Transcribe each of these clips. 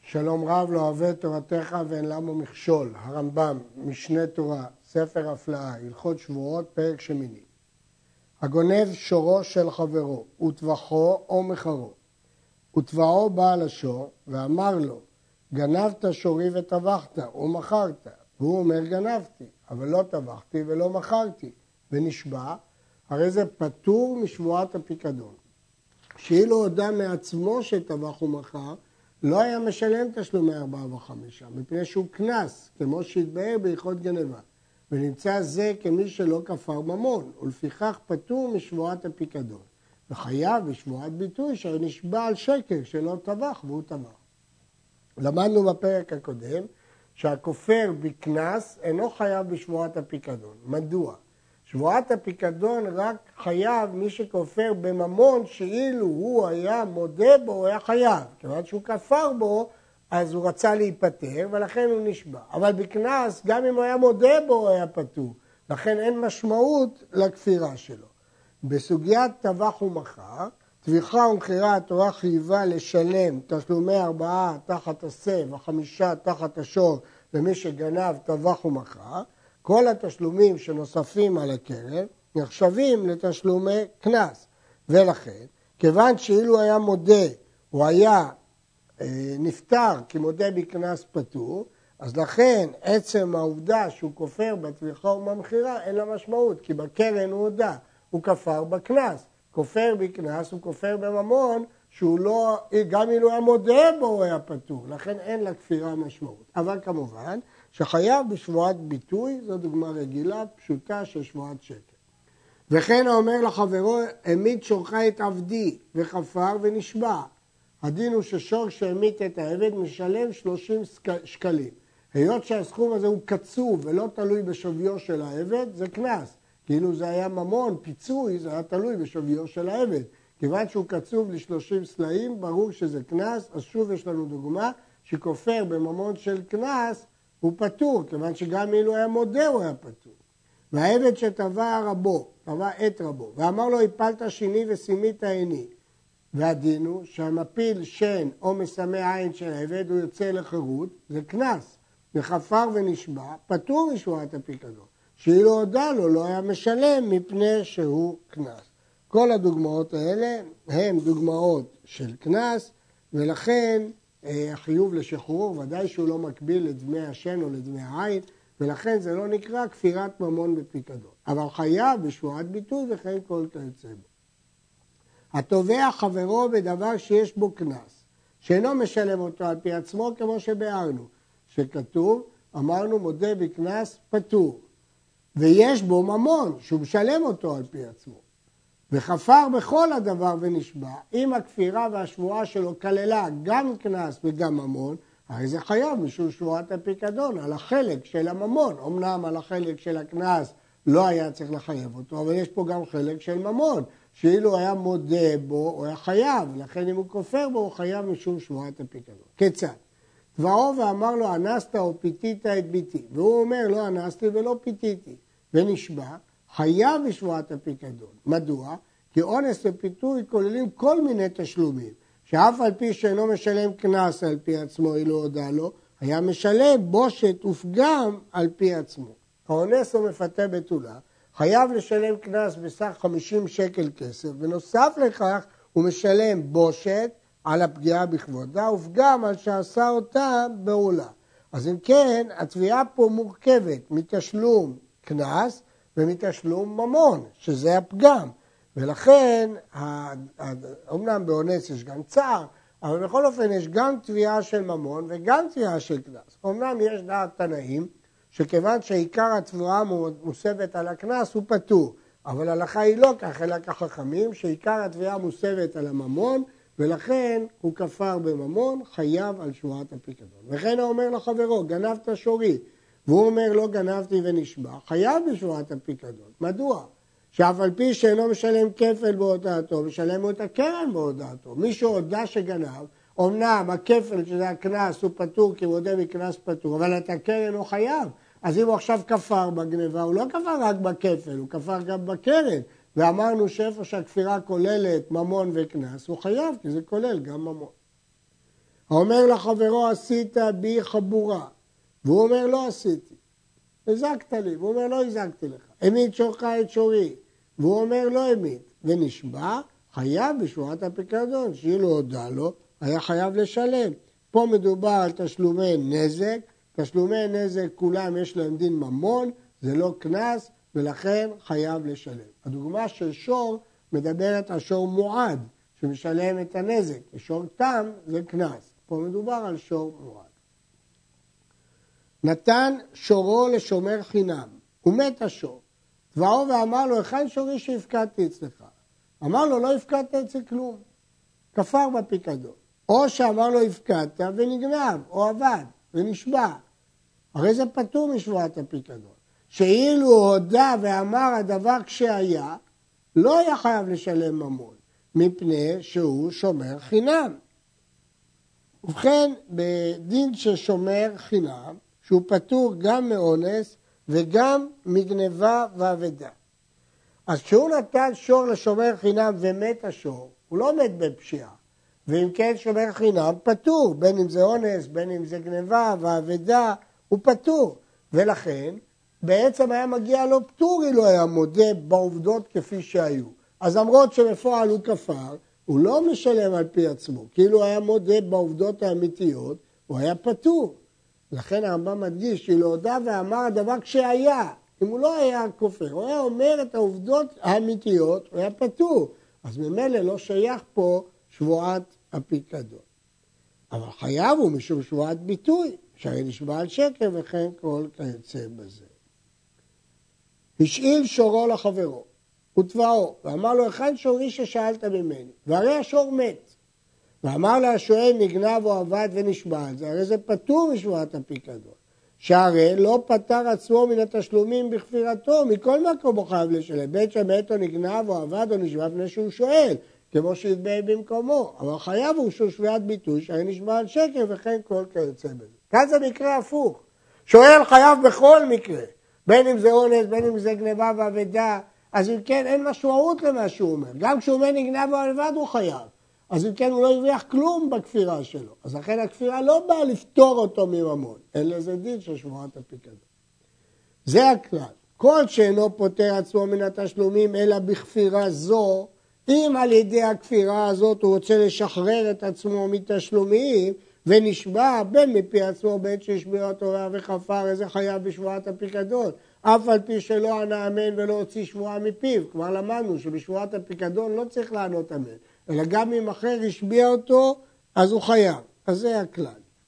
שלום רב לא אוהב תורתך ואין למו מכשול. הרמב"ם, משנה תורה, ספר הפלאה, הלכות שבועות, פרק שמיני. הגונב שורו של חברו, וטבחו או מחרו. וטבעו בעל השור ואמר לו, גנבת שורי וטבחת ומכרת. והוא אומר גנבתי, אבל לא טבחתי ולא מכרתי. ונשבע, הרי זה פטור משבועת הפיקדון. שאילו הודה מעצמו שטבח ומכר, לא היה משלם תשלומי 4 ו-5, מפני שהוא קנס, כמו שהתבאר בהלכות גנבה. ונמצא זה כמי שלא כפר ממון, ולפיכך פטור משבועת הפיקדון. וחייב בשבועת ביטוי שנשבע על שקר שלא טבח והוא טבח. למדנו בפרק הקודם שהכופר בקנס אינו חייב בשבועת הפיקדון. מדוע? שבועת הפיקדון רק חייב מי שכופר בממון שאילו הוא היה מודה בו, הוא היה חייב. כיוון שהוא כפר בו, אז הוא רצה להיפטר ולכן הוא נשבע. אבל בקנס, גם אם הוא היה מודה בו, הוא היה פטור. לכן אין משמעות לכפירה שלו. בסוגיית טבח ומכר, טביחה ומכירה התורה חייבה לשלם תשלומי 4 תחת השה ו5 תחת השור למי שגנב טבח ומכר. כל התשלומים שנוספים על הקרן נחשבים לתשלומי קנס. ולכן, כיוון שאילו היה מודה, הוא היה נפטר כמודה בקנס פטור, אז לכן עצם העובדה שהוא כופר בטביחה ובמכירה אין לה משמעות, כי בקרן הוא הודה, הוא כפר בקנס. כופר בקנס הוא כופר בממון, שהוא לא, גם אילו היה מודה בו הוא היה פטור, לכן אין לה כפירה משמעות. אבל כמובן, שחייב בשבועת ביטוי, זו דוגמה רגילה, פשוטה של שבועת שקר. וכן האומר לחברו, העמיד שורך את עבדי, וכפר ונשבע. הדין הוא ששור שהעמיד את העבד משלם 30 שקלים. היות שהסכום הזה הוא קצוב ולא תלוי בשוויו של העבד, זה קנס. כאילו זה היה ממון, פיצוי, זה היה תלוי בשוויו של העבד. כיוון שהוא קצוב ל30 סלעים, ברור שזה קנס, אז שוב יש לנו דוגמה שכופר בממון של קנס, הוא פטור, כיוון שגם אילו היה מודה הוא היה פטור. והעבד שטבע רבו, טבע את רבו, ואמר לו הפלת שני ושימית עיני. והדין הוא שהמפיל שן או מסמא עין של העבד הוא יוצא לחירות, זה קנס. וכפר ונשבע, פטור משבועת הפיקדון. שאילו הודה לו לא היה משלם מפני שהוא קנס. כל הדוגמאות האלה הן דוגמאות של קנס, ולכן החיוב לשחרור, ודאי שהוא לא מקביל לדמי השן או לדמי העין, ולכן זה לא נקרא כפירת ממון בפיקדון. אבל חייב בשבועת ביטוי וכן כל כיוצא בו. התובע חברו בדבר שיש בו קנס, שאינו משלם אותו על פי עצמו כמו שביארנו, שכתוב, אמרנו מודה בקנס פטור, ויש בו ממון שהוא משלם אותו על פי עצמו. וכפר בכל הדבר ונשבע, אם הכפירה והשבועה שלו כללה גם קנס וגם ממון, הרי זה חייב משום שבועת הפיקדון, על החלק של הממון. אמנם על החלק של הקנס לא היה צריך לחייב אותו, אבל יש פה גם חלק של ממון, שאילו היה מודה בו, הוא היה חייב, לכן אם הוא כופר בו, הוא חייב משום שבועת הפיקדון. כיצד? תבעו ואמר לו, אנסת או פיתית את ביתי, והוא אומר, לא אנסתי ולא פיתיתי, ונשבע, חייב בשבועת הפיקדון. מדוע? כי אונס ופיתוי כוללים כל מיני תשלומים, שאף על פי שאינו משלם קנס על פי עצמו, אילו הודה לו, היה משלם בושת ופגם על פי עצמו. האונס או מפתה בתולה, חייב לשלם קנס בסך 50 שקל כסף, ונוסף לכך הוא משלם בושת על הפגיעה בכבודה, ופגם על שעשה אותה בעולה. אז אם כן, התביעה פה מורכבת מתשלום קנס, ומתשלום ממון, שזה הפגם. ולכן, אומנם באונס יש גם צער, אבל בכל אופן יש גם תביעה של ממון וגם תביעה של קנס. אומנם יש דעת תנאים, שכיוון שעיקר התביעה מוסבת על הקנס הוא פטור, אבל ההלכה היא לא כך, אלא כחכמים, שעיקר התביעה מוסבת על הממון, ולכן הוא כפר בממון, חייב על שבועת הפיקדון. וכן הוא אומר לחברו, גנבת שורי, והוא אומר לא גנבתי ונשבע, חייב בשבועת הפיקדון. מדוע? שאף על פי שאינו משלם כפל בהודעתו, משלם את הקרן בהודעתו. מי שהודע שגנב, אמנם הכפל שזה הקנס הוא פטור כי הוא הודה מקנס פטור, אבל את הקרן הוא חייב. אז אם הוא עכשיו כפר בגנבה, הוא לא כפר רק בכפל, הוא כפר גם בקרן. ואמרנו שאיפה שהכפירה כוללת ממון וקנס, הוא חייב כי זה כולל גם ממון. האומר לחברו עשית בי חבורה, והוא אומר לא עשיתי. הזקת לי, והוא אומר לא הזקתי לך. המית שורך את שורי, והוא אומר לא המית. ונשבע, חייב בשבועת הפיקדון, שאילו הודע לו, היה חייב לשלם. פה מדובר על תשלומי נזק, תשלומי נזק כולם יש להם דין ממון, זה לא קנס, ולכן חייב לשלם. הדוגמה של שור מדברת על שור מועד, שמשלם את הנזק, ושור תם זה קנס. פה מדובר על שור מועד. נתן שורו לשומר חינם, ומת השור. תבעו ואמר לו, היכן שורי שהפקדתי אצלך? אמר לו, לא הפקדת אצל כלום. כפר בפיקדון. או שאמר לו, הפקדת ונגנב, או עבד, ונשבע. הרי זה פטור משבועת הפיקדון. שאילו הודע ואמר הדבר כשהיה, לא היה חייב לשלם ממון, מפני שהוא שומר חינם. ובכן, בדין ששומר חינם, שהוא פטור גם מאונס וגם מגנבה ועבדה. אז כשהוא נתן שור לשומר חינם ומת השור, הוא לא מת בפשיעה. ואם כן שומר חינם פטור, בין אם זה אונס, בין אם זה גנבה ועבדה, הוא פטור. ולכן בעצם היה מגיע לו פטור אילו היה מודה בעובדות כפי שהיו. אז למרות שבפועל הוא כפר, הוא לא משלם על פי עצמו. כאילו היה מודה בעובדות האמיתיות, הוא היה פטור. לכן הרמב"ם מדגיש שאילו הודע ואמר הדבר כשהיה. אם הוא לא היה כופר, הוא היה אומר את העובדות האמיתיות, הוא היה פטור. אז ממילא לא שייך פה שבועת הפיקדון. אבל חייב הוא משום שבועת ביטוי, שהרי נשבע על שקר וכן כל כיוצא בזה. השאיל שורו לחברו, ותבעו, ואמר לו, היכן שורי ששאלת ממני? והרי השור מת. ואמר לה, השואל נגנב או עבד ונשבע על זה, הרי זה פטור משבועת הפיקדון. שהרי לא פטר עצמו מן התשלומים בכפירתו, מכל מקום הוא חייב לשלם. בית שמת או נגנב או עבד או נשבע לפני שהוא שואל, כמו שיתבע במקומו. אבל חייב הוא שהוא שבועת ביטוי, שהרי נשבע על שקר וכן כל כיוצא בזה. כאן זה מקרה הפוך. שואל חייב בכל מקרה. בין אם זה אונס, בין אם זה גנבה ועבדה, אז אם כן אין משמעות למה שהוא אומר. גם כשהוא אומר נגנב או עבד הוא חייב. אז אם כן הוא לא הרוויח כלום בכפירה שלו. אז לכן הכפירה לא באה לפתור אותו מממון. אין לזה דין של שבועת הפיקדון. זה הכלל. כל שאינו פוטר עצמו מן התשלומים אלא בכפירה זו, אם על ידי הכפירה הזאת הוא רוצה לשחרר את עצמו מתשלומים, ונשבע בין מפי עצמו בין שהשביע התורה וכפר, איזה חייב בשבועת הפיקדון. אף על פי שלא ענה אמן ולא הוציא שבועה מפיו. כבר למדנו שבשבועת הפיקדון לא צריך לענות אמן. אלא גם אם אחר השביע אותו, אז הוא חייב. אז זה הכלל.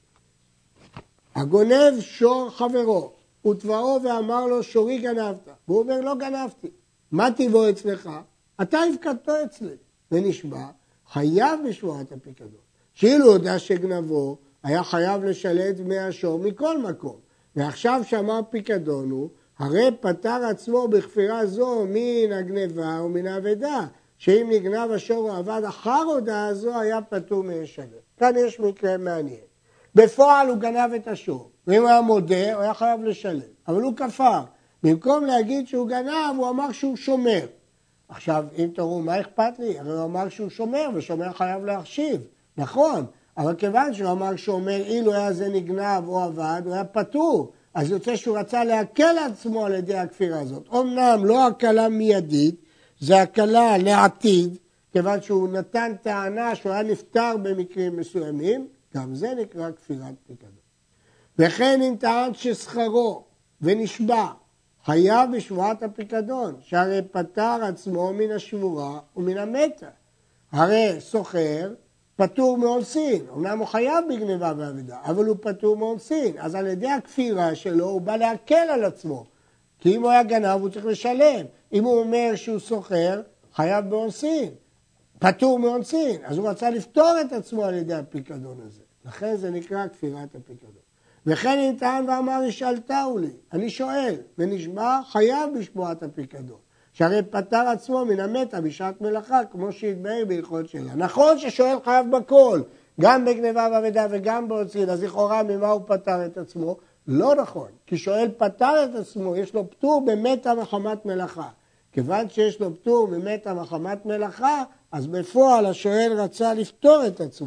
הגונב שור חברו, ותבעו ואמר לו שורי גנבת. והוא אומר לא גנבתי. מה טיבו אצלך? אתה הפקדתו אצלי. ונשבע, חייב בשבועת הפיקדון. שאילו יודע שגנבו, היה חייב לשלם דמי השור מכל מקום. ועכשיו שאמר פיקדון הוא, הרי פטר עצמו בכפירה זו מן הגנבה ומן האבדה. שאם נגנב השור או עבד אחר הודעה זו, היה פטור משלם. כאן יש מקרה מעניין. בפועל הוא גנב את השור, ואם הוא היה מודה, הוא היה חייב לשלם. אבל הוא כפר. במקום להגיד שהוא גנב, הוא אמר שהוא שומר. עכשיו, אם תראו, מה אכפת לי? הרי הוא אמר שהוא שומר, ושומר חייב להחשיב. נכון, אבל כיוון שהוא אמר שומר, אילו היה זה נגנב או עבד, הוא היה פטור. אז יוצא שהוא רצה להקל עצמו על ידי הכפירה הזאת. אמנם לא הקלה מיידית, זה הקלה לעתיד, כיוון שהוא נתן טענה שהוא היה נפטר במקרים מסוימים, גם זה נקרא כפירת פיקדון. וכן אם טען ששכרו ונשבע, חייב בשבועת הפיקדון, שהרי פטר עצמו מן השבורה ומן המתה. הרי סוחר פטור מאונסין, אמנם הוא חייב בגניבה ועבדה, אבל הוא פטור מאונסין, אז על ידי הכפירה שלו הוא בא להקל על עצמו. כי אם הוא היה גנב הוא צריך לשלם. אם הוא אומר שהוא סוחר, חייב באונסין, פטור מאונסין. אז הוא רצה לפתור את עצמו על ידי הפיקדון הזה. לכן זה נקרא כפירת הפיקדון. וכן אם טען ואמר, השאלתהו לי, אני שואל, ונשבע חייב בשבועת הפיקדון. שהרי פטר עצמו מן המתה בשעת מלאכה, כמו שהתבהר בהלכות שלה. נכון ששואל חייב בכל, גם בגניבה ועבדה וגם באונסין, אז לכאורה ממה הוא פטר את עצמו? לא נכון, כי שואל פטר את עצמו, יש לו פטור במתה מחמת מלאכה. כיוון שיש לו פטור ממתה מחמת מלאכה, אז בפועל השואל רצה לפתור את עצמו.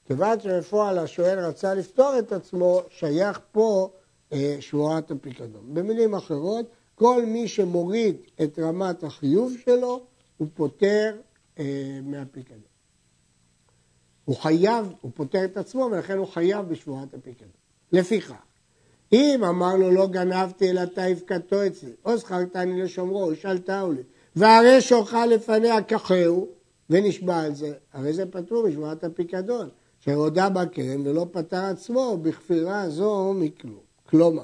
כיוון שבפועל השואל רצה לפתור את עצמו, שייך פה שבועת הפיקדון. במילים אחרות, כל מי שמוריד את רמת החיוב שלו, הוא פוטר מהפיקדון. הוא חייב, הוא פוטר את עצמו, ולכן הוא חייב בשבועת הפיקדון. לפיכך, אם אמר לו לא גנבתי אלא אתה הפקדתו אצלי, או זכרתני לשומרו, השאלתהו לי, והרי שורך לפניה כחהו, ונשבע על זה, הרי זה פטור משבועת הפיקדון, שהודה בכרם ולא פטר עצמו בכפירה זו מכלום. כלומר,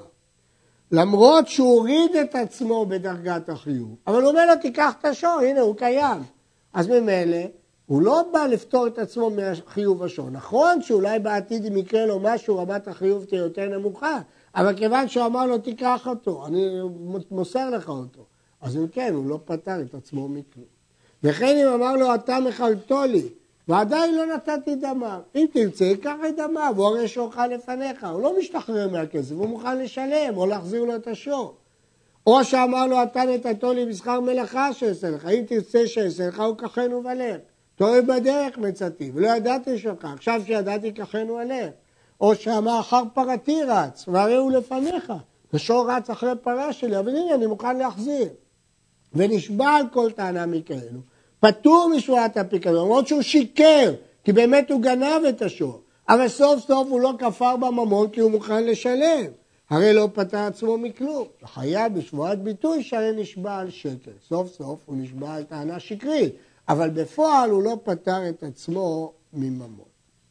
למרות שהוא הוריד את עצמו בדרגת החיוב, אבל הוא אומר לו תיקח את השור, הנה הוא קיים. אז ממילא, הוא לא בא לפתור את עצמו מהחיוב השור. נכון שאולי בעתיד אם יקרה לו משהו, רמת החיוב תהיה יותר נמוכה, אבל כיוון שהוא אמר לו תיקח אותו, אני מוסר לך אותו. אז אם כן, הוא לא פטר את עצמו מכלום. וכן אם אמר לו אתה מחלתו לי, ועדיין לא נתתי דמה. אם תרצה, ייקח את דמה, והוא הרי שורך לפניך. הוא לא משתחרר מהכסף, הוא מוכן לשלם או להחזיר לו את השור. או שאמר לו, אתה נתתו לי בשכר מלאכה שעשה לך. אם תרצה שעשה לך, הוא כחנו ולך. טועה בדרך מצאתי, ולא ידעתי שלך. עכשיו שידעתי כחנו ולך. או שאמר, אחר פרתי רץ, והרי הוא לפניך. ושור רץ אחרי פרה שלי, אבל הנה, אני מוכן להחזיר. ונשבע על כל טענה מכאלו. פטור משבועת הפיקדון, למרות שהוא שיקר, כי באמת הוא גנב את השור. אבל סוף סוף הוא לא כפר בממון, כי הוא מוכן לשלם. הרי לא פטר עצמו מכלום. חייב בשבועת ביטוי שהרי נשבע על שקר. סוף סוף הוא נשבע על טענה שקרית, אבל בפועל הוא לא פטר את עצמו מממון.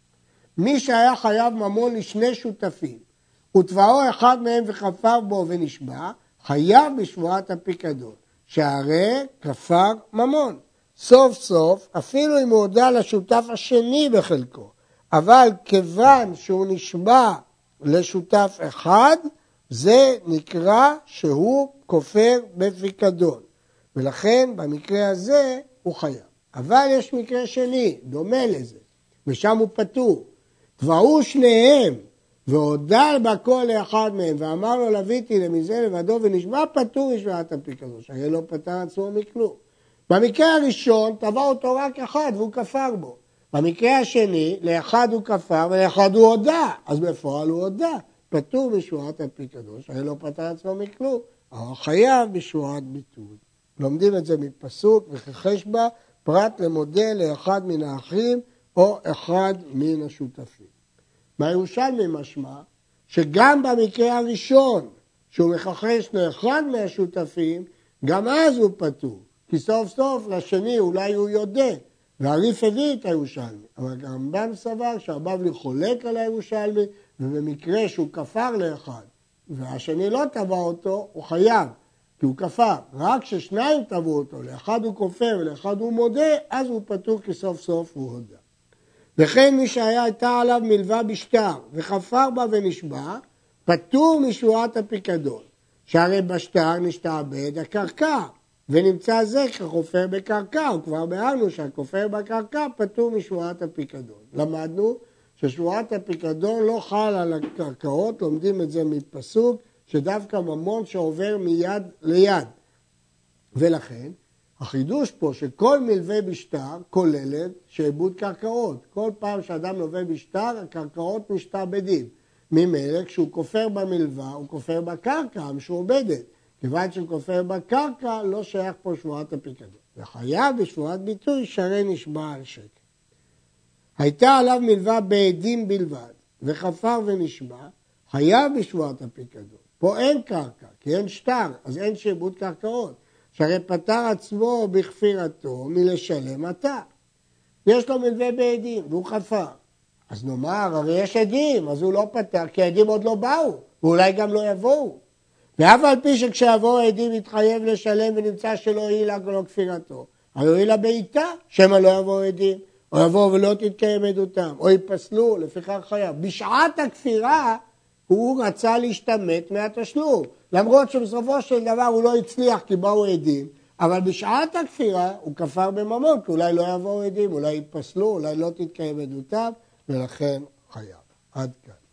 מי שהיה חייב ממון לשני שותפים, ותבעו אחד מהם וכפר בו ונשבע, חייב בשבועת הפיקדון, שהרי כפר ממון. סוף סוף, אפילו אם הוא הודה לשותף השני בחלקו, אבל כיוון שהוא נשבע לשותף אחד, זה נקרא שהוא כופר בפיקדון. ולכן במקרה הזה הוא חייב. אבל יש מקרה שני, דומה לזה, ושם הוא פטור. תבעו שניהם והודה בכל לאחד מהם ואמר לו לביתי למזה לבדו ונשבע, פטור משבועת הפיקדון, שהרי לא פטר עצמו מכלום. במקרה הראשון תבע אותו רק אחד והוא כפר בו. במקרה השני לאחד הוא כפר ולאחד הוא הודה, אז בפועל הוא הודה. פטור בשבועת הפיקדון, שהרי לא פטר עצמו מכלום, אבל חייב בשבועת ביטול. לומדים את זה מפסוק וכחש בה פרט למודה לאחד מן האחים או אחד מן השותפים. מהירושלמי משמע שגם במקרה הראשון שהוא מכחש לאחד מהשותפים, גם אז הוא פטור. כי סוף סוף לשני אולי הוא יודע, והריף הביא את הירושלמי. אבל הרמב"ם סבר שהבבלי חולק על הירושלמי, ובמקרה שהוא כפר לאחד, והשני לא תבע אותו, הוא חייב, כי הוא כפר. רק כששניים תבעו אותו, לאחד הוא כופר ולאחד הוא מודה, אז הוא פטור כי סוף סוף הוא הודה. וכן מי הייתה עליו מלווה בשטר, וכפר בה ונשבע, פטור משבועת הפיקדון. שהרי בשטר נשתעבד הקרקע. ונמצא זה כחופר בקרקע, וכבר ביארנו שהכופר בקרקע פטור משבועת הפיקדון. למדנו ששבועת הפיקדון לא חל על הקרקעות, לומדים את זה מפסוק, שדווקא ממון שעובר מיד ליד. ולכן, החידוש פה שכל מלווה בשטר כוללת שעבוד קרקעות. כל פעם שאדם לווה בשטר, הקרקעות משתעבדים. ממילא כשהוא כופר במלווה, הוא כופר בקרקע המשועבדת. כיוון שהוא כופר בקרקע, לא שייך פה שבועת הפיקדון. וחייב בשבועת ביטוי שהרי נשבע על שקר. הייתה עליו מלווה בעדים בלבד, וכפר ונשבע, חייב בשבועת הפיקדון. פה אין קרקע, כי אין שטר, אז אין שעבוד קרקעות. שהרי פטר עצמו בכפירתו מלשלם עתה. יש לו מלווה בעדים, והוא חפר. אז נאמר, הרי יש עדים, אז הוא לא פטר, כי העדים עוד לא באו, ואולי גם לא יבואו. ואף על פי שכשיבואו העדים יתחייב לשלם ונמצא שלא הועילה ולא כפירתו. הרי הועילה בעיתה, שמא לא יבואו עדים, או יבואו ולא תתקיים עדותם, או ייפסלו, לפיכך חייב. בשעת הכפירה הוא רצה להשתמט מהתשלום, למרות שבסופו של דבר הוא לא הצליח כי באו עדים, אבל בשעת הכפירה הוא כפר בממון, כי אולי לא יבואו עדים, אולי ייפסלו, אולי לא תתקיים עדותם, ולכן חייב. עד כאן.